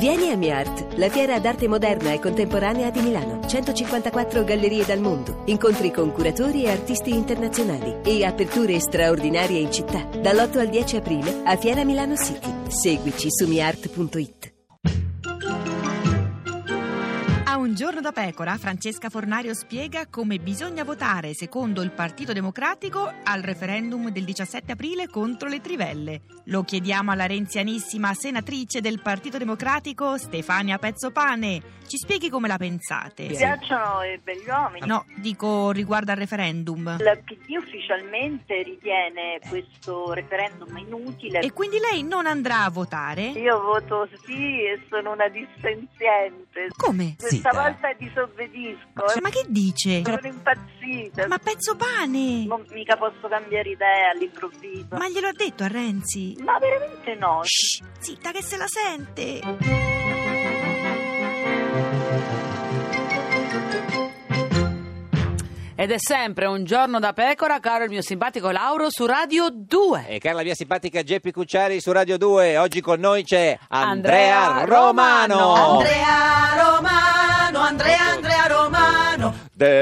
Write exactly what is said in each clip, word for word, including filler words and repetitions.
Vieni a MiArt, la fiera d'arte moderna e contemporanea di Milano. centocinquantaquattro gallerie dal mondo, incontri con curatori e artisti internazionali e aperture straordinarie in città. Dall'otto al dieci aprile a Fiera Milano City. Seguici su miart punto it. A Un giorno da pecora, Francesca Fornario spiega come bisogna votare secondo il Partito Democratico al referendum del diciassette aprile contro le trivelle. Lo chiediamo alla renzianissima senatrice del Partito Democratico Stefania Pezzopane. Ci spieghi come la pensate. Mi piacciono i begli uomini. No, dico riguardo al referendum. Il P D ufficialmente ritiene questo referendum inutile. E quindi lei non andrà a votare? Io voto sì e sono una dissenziente. Come? Questa volta disobbedisco. Cioè, ma che dice? Sono impazzita. Ma Pezzopane! Non mica posso cambiare idea all'improvviso. Ma glielo ha detto a Renzi? Ma veramente no. Shh, zitta che se la sente. Ed è sempre Un giorno da pecora, caro il mio simpatico Lauro su Radio due. E cara la mia simpatica Geppi Cucciari su Radio due. Oggi con noi c'è Andrea, Andrea Romano. Romano. Andrea Romano, Andrea, Andrea Romano.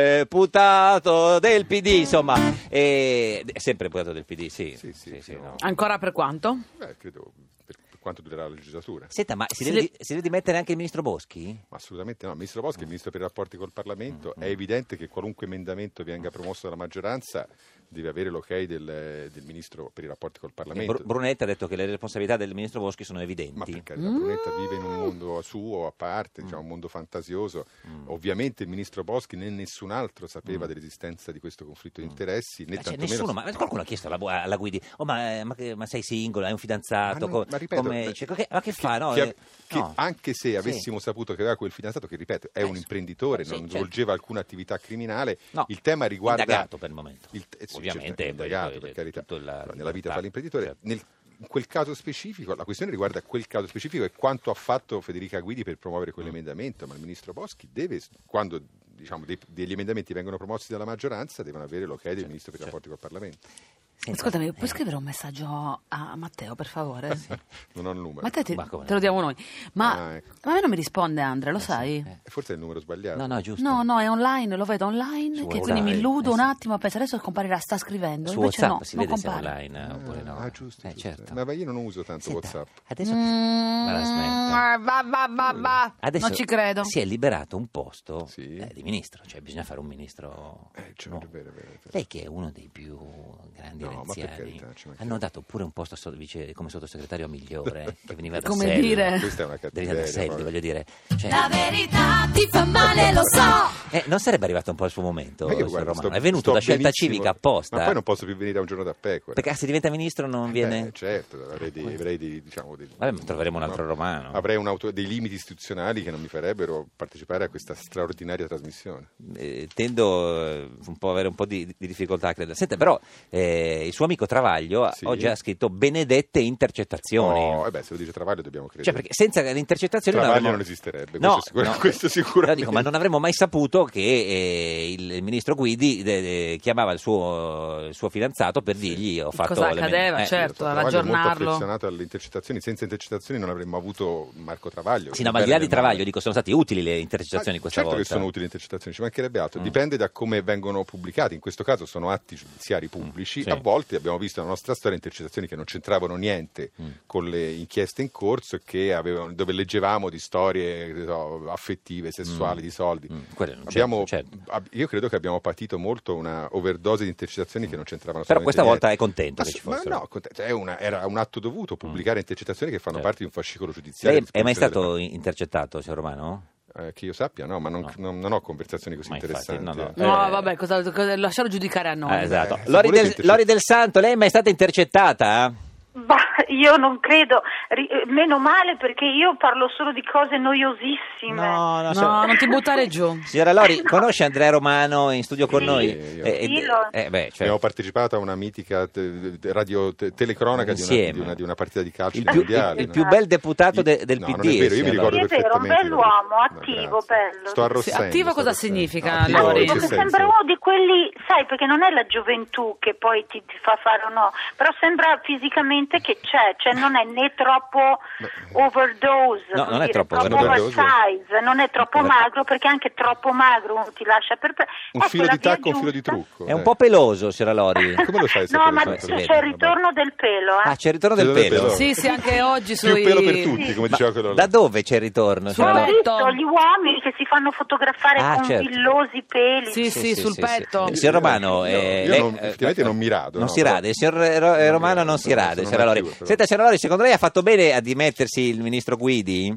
Deputato del P D, insomma. E... È sempre deputato del P D, sì. Sì, sì, sì, sì, no. no. Ancora per quanto? Beh, credo per, per quanto durerà la legislatura. Senta, ma si Si deve, le- si deve dimettere anche il ministro Boschi? Ma assolutamente no. Il ministro Boschi è il ministro per i rapporti col Parlamento. È evidente che qualunque emendamento venga promosso dalla maggioranza deve avere l'ok del, del ministro per i rapporti col E Parlamento. Bru- Brunetta ha detto che le responsabilità del ministro Boschi sono Ma evidenti. per carità, Brunetta vive in un mondo suo, a parte, diciamo, un mondo fantasioso. Ovviamente il ministro Boschi né nessun altro sapeva dell'esistenza di questo conflitto di interessi, né Ma c'è tantomeno... nessuno, ma qualcuno ha chiesto alla, alla Guidi, oh, ma, eh, ma, che- ma sei singolo, hai un fidanzato? Ma non- co- ma ripeto, come- beh, cioè, che- ma che fa? No, che- eh, che no. anche se Sì. avessimo saputo che aveva quel fidanzato, che ripeto è Eh, un imprenditore, sì, non certo. svolgeva alcuna attività criminale, No, il tema riguarda indagato per il momento. il- eh, sì, Ovviamente, certo, poi- indagato, poi- per carità, tutto la- però nella vita libertà, fa l'imprenditore. certo. Nel- in quel caso specifico, la questione riguarda quel caso specifico e quanto ha fatto Federica Guidi per promuovere quell'emendamento, ma il ministro Boschi deve, quando diciamo, dei- degli emendamenti vengono promossi dalla maggioranza, devono avere l'ok del ministro per i rapporti col Parlamento. Senta, Ascoltami, eh, puoi scrivere un messaggio a Matteo, per favore? Non ho il numero. Matteo, ti- Ma come? te lo diamo noi. Ma, Ah, ecco. ma a me non mi risponde Andrea, lo sai? eh. Forse è il numero sbagliato. No, no, è giusto. No, no, è online, lo vedo online, Su che WhatsApp, quindi mi illudo eh, un sì. attimo, penso adesso comparirà, sta scrivendo, Su invece WhatsApp no, si non vede se è compare. online eh, oppure no. Ah, giusto, Eh, giusto. certo. Ma io non uso tanto Senta, WhatsApp. Adesso, Mm, ma la smetta. bah, bah, bah, bah. Adesso Non ci credo. si è liberato un posto Sì. eh, di ministro, cioè bisogna fare un ministro Eh, cioè, nuovo. è vero, è vero, è vero. Lei che è uno dei più grandi No, ma per renziani, carità, ci mancherebbe. hanno dato pure un posto so- vice- come sottosegretario migliore che veniva da Come Selli. dire? Questa è una Veniva da cattiveria. Selli, proprio. voglio dire. Cioè, La verità ti fa male, lo so. eh, non sarebbe arrivato un po' il suo momento, Ma io, signor guarda, Romano? sto- È venuto sto da scelta benissimo, civica apposta. Ma poi non posso più venire a Un giorno da pecora. Perché se diventa ministro non viene... Beh, certo, avrei dei, avrei dei, diciamo, dei- Vabbè, ma troveremo un altro no, Romano. Avrei un auto- dei limiti istituzionali che non mi farebbero partecipare a questa straordinaria trasmissione. Eh, tendo eh, un po' avere un po' di, di difficoltà a credere. Senta, però eh, il suo amico Travaglio Sì. oggi ha scritto benedette intercettazioni. Oh, eh beh, se lo dice Travaglio dobbiamo credere. Cioè, perché senza le intercettazioni Travaglio avremmo- non esisterebbe, No, questo, sicur- no. questo sicuramente. No, dico, ma non avremmo mai saputo che eh, il, il ministro Guidi de- de- chiamava il suo, il suo fidanzato per dirgli ho fatto Cosa le- accadeva, eh, certo. Travaglio doveva è molto aggiornarlo. affezionato alle intercettazioni. Senza intercettazioni non avremmo avuto Marco Travaglio. Sì, no, ma al di là di Bene, Travaglio, male. dico, sono stati utili le intercettazioni Ah, questa certo volta. che sono utili le intercettazioni, ci mancherebbe altro. Mm. Dipende da come vengono pubblicati. In questo caso sono atti giudiziari pubblici. Sì. A volte abbiamo visto nella nostra storia intercettazioni che non c'entravano niente Mm. con le inchieste in corso e che avevano, dove leggevamo di storie che so, affettive, sessuali, di soldi. Mm, quelle non Abbiamo- c'erano, certo. ab- io credo che abbiamo patito molto una overdose di intercettazioni che non c'entravano Però assolutamente questa volta niente. è contento Ma, che ci s- ma fossero. no, cont- cioè, è una- era un atto dovuto pubblicare intercettazioni che fanno Certo. parte di un fascicolo giudiziario. Lei di è mai disposizione stato delle intercettato, signor Romano? parti. Eh, che io sappia, no, ma non, No. non- non ho conversazioni così Ma infatti, interessanti. no, no. eh. No, Eh. vabbè, cosa, cosa- lascialo giudicare a noi. Eh, esatto. Eh, se Lori, volete del, intercett- Lori del Santo, lei è mai stata intercettata? Bah, io non credo, Ri- eh, meno male perché io parlo solo di cose noiosissime. No, no, No, non ti buttare giù. Signora Lori, conosce Andrea Romano in studio con Sì. noi? io- Eh, Sì, eh, lo- eh, beh, cioè, Abbiamo partecipato a una mitica te- te- radio te- telecronaca di una, Insieme. di, una, di una partita di calcio il dei più, mondiali. il no? più bel deputato de- del No, P D. non è vero, io mi signora ricordo Lori. Sì, è vero, un perfettamente. bell'uomo, No, attivo, grazie. bello. Sto arrossendo. Sì, attivo sto cosa arrossendo. significa, No, attivo Lori? in che Perché senso? sembra uno di quelli, sai, perché non è la gioventù che poi ti, ti fa fare o no, però sembra fisicamente che c'è, cioè non è né troppo overdose, no, non è dire, troppo troppo overdose. oversize, non è troppo Eh. magro, perché anche troppo magro uno ti lascia per... Un ecco, filo la di via tacco, un filo di giusta- trucco. È un dai. po' peloso, signora Lori. Come lo sai? No, sapere ma questo? si c'è vede, il ritorno del pelo, eh. Ah, c'è il ritorno del Quello del pelo. pelo. Sì, sì, anche oggi Più sui... pelo per tutti, come Ma diceva quello da là. dove c'è il ritorno, Sul signora Ho Lori? letto. visto gli uomini che si fanno fotografare Ah, con certo. villosi peli. Sì, sì, sul petto. Eh, signor Romano, Io- eh, io lei- non- effettivamente non mi rado, Non no, si però- rade, il signor Ro- Non Romano mi non si rado, rade, non signora è Lori. più, però. Senta, signora Lori, secondo lei ha fatto bene a dimettersi il ministro Guidi?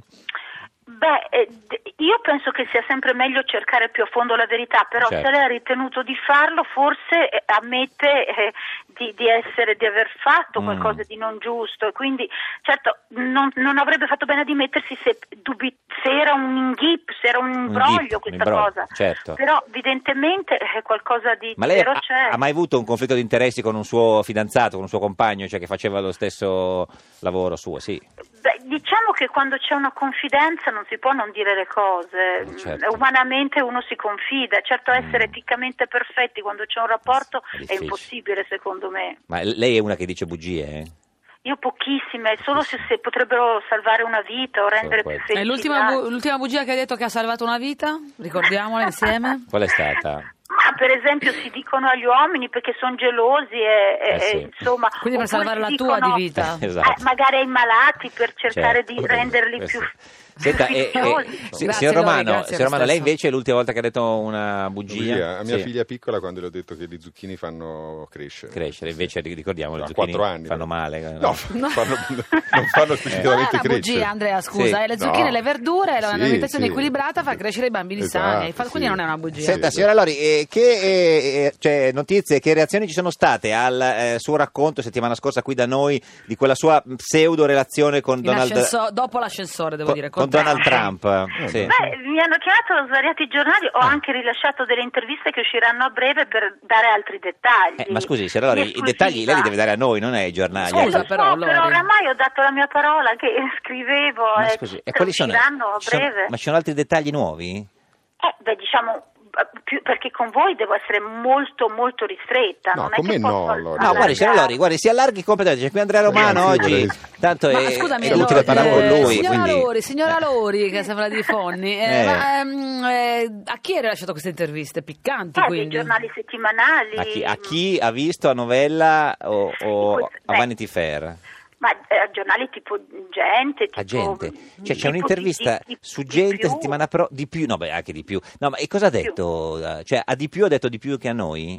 Beh, eh, d- io penso che sia sempre meglio cercare più a fondo la verità, però Certo. se lei ha ritenuto di farlo, forse eh, ammette eh, di, di essere, di aver fatto Mm. qualcosa di non giusto, e quindi certo non, non avrebbe fatto bene a dimettersi se, dubi- se era un inghip, se era un imbroglio inghip, un questa imbroglio, cosa, certo. però evidentemente eh, qualcosa di Ma lei vero ha, c'è. ha mai avuto un conflitto di interessi con un suo fidanzato, con un suo compagno, cioè che faceva lo stesso lavoro suo, sì? Beh, diciamo che quando c'è una confidenza non si può non dire le cose. Certo. Umanamente uno si confida, certo essere eticamente perfetti quando c'è un rapporto È è, difficile. impossibile secondo me. Ma lei è una che dice bugie, eh? Io pochissime, solo se, se potrebbero salvare una vita o rendere più questo. felici. E l'ultima, bu- l'ultima bugia che hai detto che ha salvato una vita? Ricordiamola insieme. Qual è stata? Ma per esempio si dicono agli uomini perché sono gelosi e, e- Eh sì. e, insomma... Quindi per oppure salvare si la tua dicono, di vita. Eh, esatto. eh, magari ai malati per cercare Certo. di renderli Questo. più... Senta, più e, e, fiduciosi. sì, Grazie, signor Lori, Romano, grazie signor lo Romano, lei stesso. invece l'ultima volta che ha detto una bugia, Bugia. A mia Sì. figlia piccola, quando le ho detto che gli zucchini fanno crescere. crescere, invece ricordiamo, A le zucchine quattro anni, fanno però. male. No, fanno- non fanno Non è specificamente una crescere. bugia, Andrea, scusa, Sì. eh, le zucchine, No. le verdure, Sì, un'alimentazione sì. equilibrata fa crescere i bambini Esatto, sani, Fa- quindi sì. non è una bugia. Senta, Sì, signora Lori, eh, che eh, eh, cioè, notizie, che reazioni ci sono state al eh, suo racconto settimana scorsa qui da noi di quella sua pseudo relazione con In Donald, ascenso- dopo l'ascensore, devo con, dire. con Donald Trump? Sì. Beh, mi hanno chiamato svariati giornali, ho Ah. anche rilasciato delle interviste che usciranno a breve per dare altri dettagli. Eh, ma scusi, signora Lori, In i dettagli lei li esclusiva. deve dare a noi, non ai giornali. Eh, Scusa, lo so, però, però, Lori. oramai ho dato la mia parola che scrivevo Ma e scusi, e quali sono? usciranno a Ci sono- breve. ma ci sono altri dettagli nuovi? Eh, beh, diciamo, più, perché con voi devo essere molto, molto ristretta. No, non è con che me no, posso Lori. Ah, guardi, signora Lori, guardi, si allarghi completamente. C'è qui Andrea Romano Ragazzi, oggi, vorrei- tanto Ma è, scusami, è dovuto Lori, parlare con eh, lui. signora Quindi... Lori, signora Lori, che sembra di Fonni, eh, Eh. ma, ehm, eh, a chi hai rilasciato queste interviste? Piccanti, Eh, dei quindi? giornali settimanali. A chi, a chi ha visto a Novella o, o Questo- a beh. Vanity Fair? Ma eh, a giornali tipo Gente, tipo... A Gente? Cioè c'è tipo un'intervista di- di- su di Gente più. settimana pro di più, no beh anche di più. No, ma e cosa ha Più. detto? Cioè a di più ha detto di più che a noi?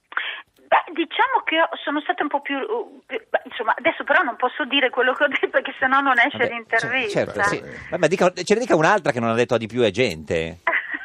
Beh, diciamo che io sono stata un po' più, uh, più- beh, insomma, adesso però non posso dire quello che ho detto perché sennò non esce Vabbè, l'intervista. cer- certo, sì. Vabbè, dica, ce ne dica un'altra che non ha detto a di più è Gente.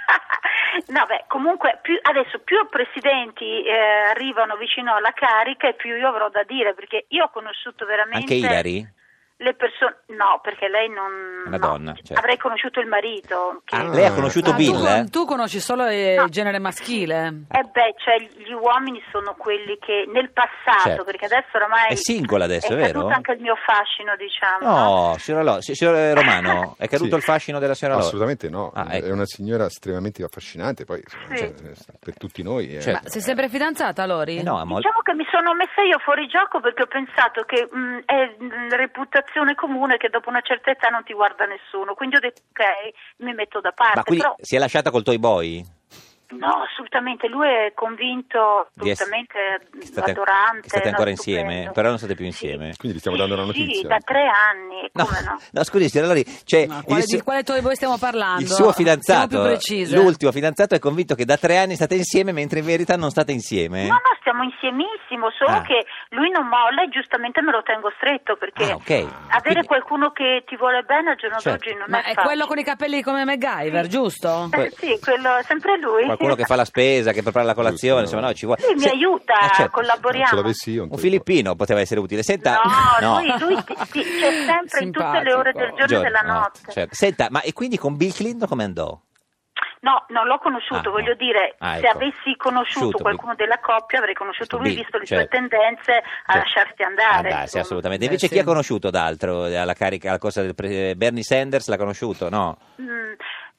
No, beh, comunque più, adesso più presidenti eh, arrivano vicino alla carica e più io avrò da dire, perché io ho conosciuto veramente Anche Hillary? le persone, no, perché lei non... È una no. donna, certo. Avrei conosciuto il marito. Che... Ah, lei ha conosciuto Ah, tu, Bill? con- tu conosci solo il No. genere maschile. Eh beh, cioè gli uomini sono quelli che nel passato, Certo. perché adesso oramai È singola adesso, è vero? caduto anche il mio fascino, diciamo. No, signora, Lo- si- signora Romano, è caduto Sì. il fascino della signora Lori? Assolutamente no, Ah, ecco. è una signora estremamente affascinante, poi Sì. cioè, per tutti noi. eh. Certo. Ma sei sempre fidanzata, Lori? Eh no, a mol- Diciamo che mi sono messa io fuori gioco perché ho pensato che mh, è mh, reputazione comune che dopo una certa età non ti guarda nessuno, quindi ho detto ok, mi metto da parte. Ma quindi Però si è lasciata col Toy Boy? no, assolutamente, lui è convinto, Di ess- assolutamente Che state, adorante. che state no, ancora stupendo. insieme, però non state più Sì. insieme. Quindi vi stiamo dando una Sì, notizia. da tre anni, No, come no? no, scusi, signora Lori, cioè, Ma quale, il, suo, di quale Toy Boy stiamo parlando? il suo Siamo fidanzato, più precise. l'ultimo fidanzato, è convinto che da tre anni state insieme, mentre in verità non state insieme? No, no, stiamo insiemissimo, solo Ah. che lui non molla e giustamente me lo tengo stretto, perché Ah, ok. avere Quindi- qualcuno che ti vuole bene al giorno Certo. d'oggi non Ma è è facile. quello con i capelli come MacGyver, giusto? Eh, sì, quello è sempre lui. Qualcuno che fa la spesa, che prepara la colazione, Giusto, insomma, no. no, ci vuole. Sì, mi Se- aiuta, Eh, certo. collaboriamo. Ce l'avessi io. Un filippino poteva essere utile. Senta, No, lui, lui ti- ti- c'è sempre in tutte le ore del giorno e Giorno, della no, notte. certo. Senta, ma e quindi con Bill Clinton come andò? No, non l'ho conosciuto, Ah, voglio no. dire, Ah, se ecco. avessi conosciuto Conosciuto, qualcuno della coppia avrei conosciuto lui, Bill, visto le certo. sue tendenze a Certo. lasciarsi andare. Ah, dai, sì, insomma. assolutamente. Eh, Invece sì. chi ha conosciuto d'altro alla carica, alla cosa del pre- Bernie Sanders l'ha conosciuto, no? Mm,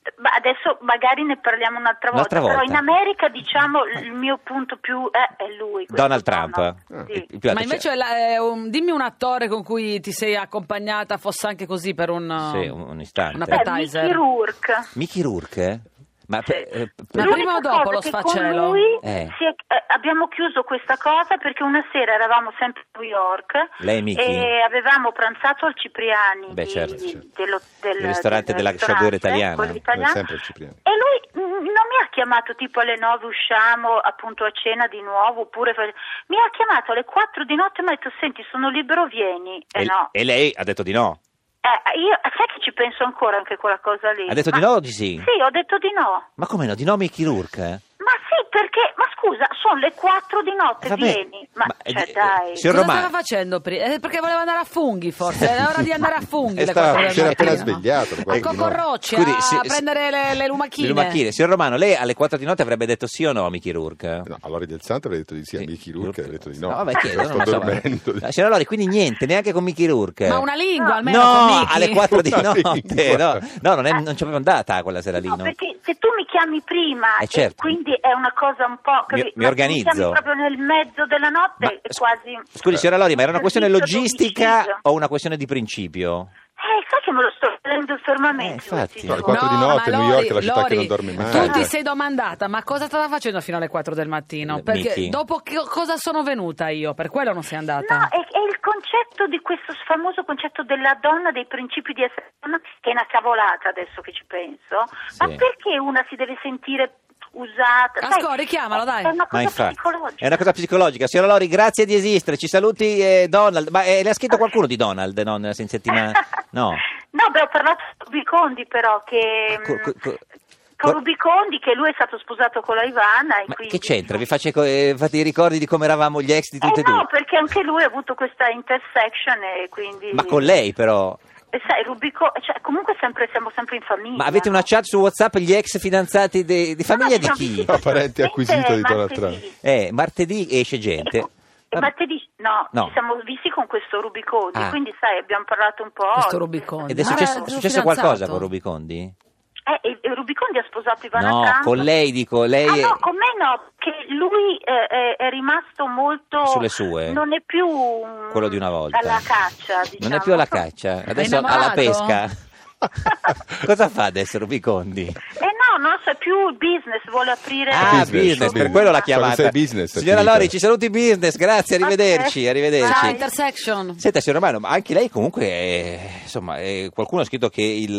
Ma adesso magari ne parliamo un'altra volta, Un'altra però volta. in America diciamo il mio punto più è, è lui. questo Donald Trump. Donald. Eh, Sì. il più alto, Ma invece cioè- la- eh, un- dimmi un attore con cui ti sei accompagnata, fosse anche così per un, Sì, un, un istante. una Beh, appetizer. Mickey Rourke. Mickey Rourke? Ma Sì. per- eh, Ma per- prima o L'unica dopo cosa lo che sfacelo? Con lui Eh. si è- eh, abbiamo chiuso questa cosa perché una sera eravamo sempre a New York Lei e Mickey? e avevamo pranzato al Cipriani Beh, di- certo, di- certo. dello, del, Il ristorante del della ristorante, sciagura italiana. quello Come italiano. sempre il Cipriani. E lui mm, non mi ha chiamato tipo alle nove usciamo appunto a cena di nuovo oppure fa- mi ha chiamato alle quattro di notte e mi ha detto senti sono libero vieni e e, no e lei ha detto di no. eh, io sai che ci penso ancora anche quella cosa lì Ha detto Ma- di no o di sì? sì ho detto di no Ma come no? Di no Mickey Rourke? ma sì perché ma scusa sono le quattro di notte Vabbè, vieni ma, ma, cioè eh, dai signor Cosa Romano- stava facendo prima? Eh, perché voleva andare a funghi, forse. È ora di andare a funghi. E le stava- quattro del si era appena mattino. svegliato, alle A quattro di notte. Cocorrocci, Scusi, a si- si- prendere le, le lumachine. Le lumachine. Signor Romano, lei alle quattro di notte avrebbe detto sì o no a Mickey Rourke? No, a Lori del Santo avrei detto di sì, a Sì, Mickey Rourke avrebbe detto di no. No, vabbè, chiedo, sto non so, dormendo. ma- Signora Lori, quindi niente, neanche con Mickey Rourke? Ma una lingua almeno No, con Mickey. alle quattro di Una notte. lingua. No, no non, è, non ci avevo andata quella sera lì. no, no? perché se tu mi chiami prima Eh, certo. e quindi è una cosa un po' Mi- capi- mi ma organizzo. mi chiami proprio nel mezzo della notte Ma- è sc- quasi Scusi, signora Lori, ma era una questione servizio logistica d'omicidio. o una questione di principio? Eh, sai che me lo sto prendendo fermamente. Eh, infatti. questi No, alle giorni. quattro di No, notte ma New York è Lori, la città che Lori, non dorme mai. Tu ti Eh. sei domandata, ma cosa stava facendo fino alle quattro del mattino? Eh, Perché Mickey. dopo che cosa sono venuta io? Per quello non sei andata. No, è, è il concetto di questo famoso concetto della donna, dei principi di essere donna, che è una cavolata adesso che ci penso. Ma Sì. perché una si deve sentire usata? Sai, Ascoli, chiamalo, dai. È una Ma cosa infatti, psicologica. è una cosa psicologica. Signora Lori, grazie di esistere. Ci saluti eh, Donald. Ma eh, le ha scritto qualcuno di Donald? No, nella settimana? No. No, beh, ho parlato con Rubicondi però che... Co- co- co- con co- Rubicondi che lui è stato sposato con la Ivana e Ma quindi... che c'entra? Vi face co- eh, fate i ricordi di come eravamo gli ex di tutte Eh e due? no, perché anche lui ha avuto questa intersection e quindi... Ma con lei però? E sai, Rubico... Cioè, comunque sempre, siamo sempre in famiglia. Ma avete no? una chat su WhatsApp gli ex fidanzati de- di famiglia di No, chi? ci No, parente acquisito di Donald martedì. Trump. Eh, martedì esce gente. E Vabbè. martedì no, No. ci siamo visti con questo Rubicondi, Ah. quindi sai, abbiamo parlato un po'. Questo Rubicondi. Ed è Ma successo, era è successo fidanzato. qualcosa con Rubicondi? Eh, e, e Rubicondi ha sposato Ivana No, Trump. con lei dico, lei Ah è... no, con me no, che lui eh, è, è rimasto molto... Sulle sue? Non è più... mm, Quello di una volta. Alla caccia, diciamo. Non è più alla caccia, adesso alla innamorato? pesca. Cosa fa adesso Rubicondi? Eh no, non so, è più il business, vuole aprire... Ah, Business, business, per business. quello l'ha Quando chiamata. sei business, è Signora finita. Lori, ci saluti business, grazie, arrivederci, Ok. arrivederci. Ciao, intersection. Senta, signor Romano, ma anche lei comunque, è, insomma, è- qualcuno ha scritto che, il,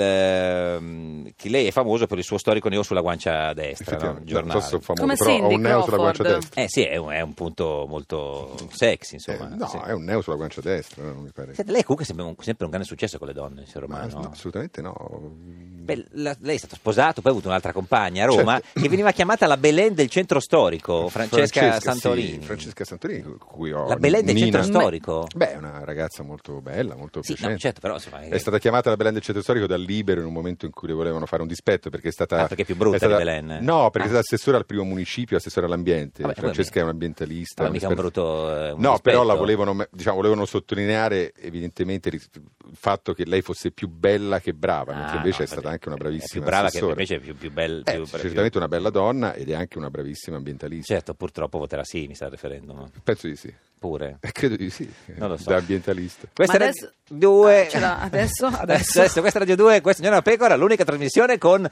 ehm, che lei è famoso per il suo storico neo sulla guancia destra, no? Effettivamente, Giornale. non so se sono famoso, Come però ho Cindy un neo sulla Crawford. guancia destra. Eh sì, è un, è un punto molto sexy, insomma. Eh, no, sì. è un neo sulla guancia destra, no, mi pare. Senta, lei comunque è sempre un, sempre un grande successo con le donne, signor Ma, Romano. no, assolutamente no. Beh, la- lei è stato sposato, poi ha avuto un'altra compagna a Roma, Certo. che veniva chiamata la Belen del centro storico, Francesca, Santorini. Sì, Francesca Santorini, con cui ho La Belen del Nina- centro storico? Beh, è una ragazza molto bella, molto Sì, no, piacente. certo, però insomma, È stata chiamata la Belen del centro storico dal Libero in un momento in cui le volevano fare un dispetto perché è stata... Ah, perché è più brutta stata- di Belen? No, perché Ah. è stata assessore al primo municipio, assessore all'ambiente. Vabbè, Francesca è un ambientalista. Ma mica un un'esperta- brutto eh, un No, dispetto. però la volevano, diciamo, volevano sottolineare evidentemente il il fatto che lei fosse più bella che brava, mentre Ah, invece no, è stata perché anche una è bravissima più brava assessore. che invece è più, più bella. Eh, più- certamente più- una bella donna ed è anche una bravissima ambientalista. Certo, purtroppo voterà sì, mi sa il referendum. Penso di sì. Pure. Eh, credo di sì, Non lo so. da ambientalista. Questa Ma è adesso- Radio due. Ah, ce l'ha. Adesso? Adesso? Adesso, questa è Radio due, questa è Signora Pecora, l'unica trasmissione con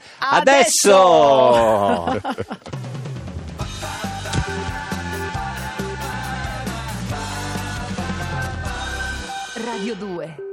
Adesso! Adesso! Radio due.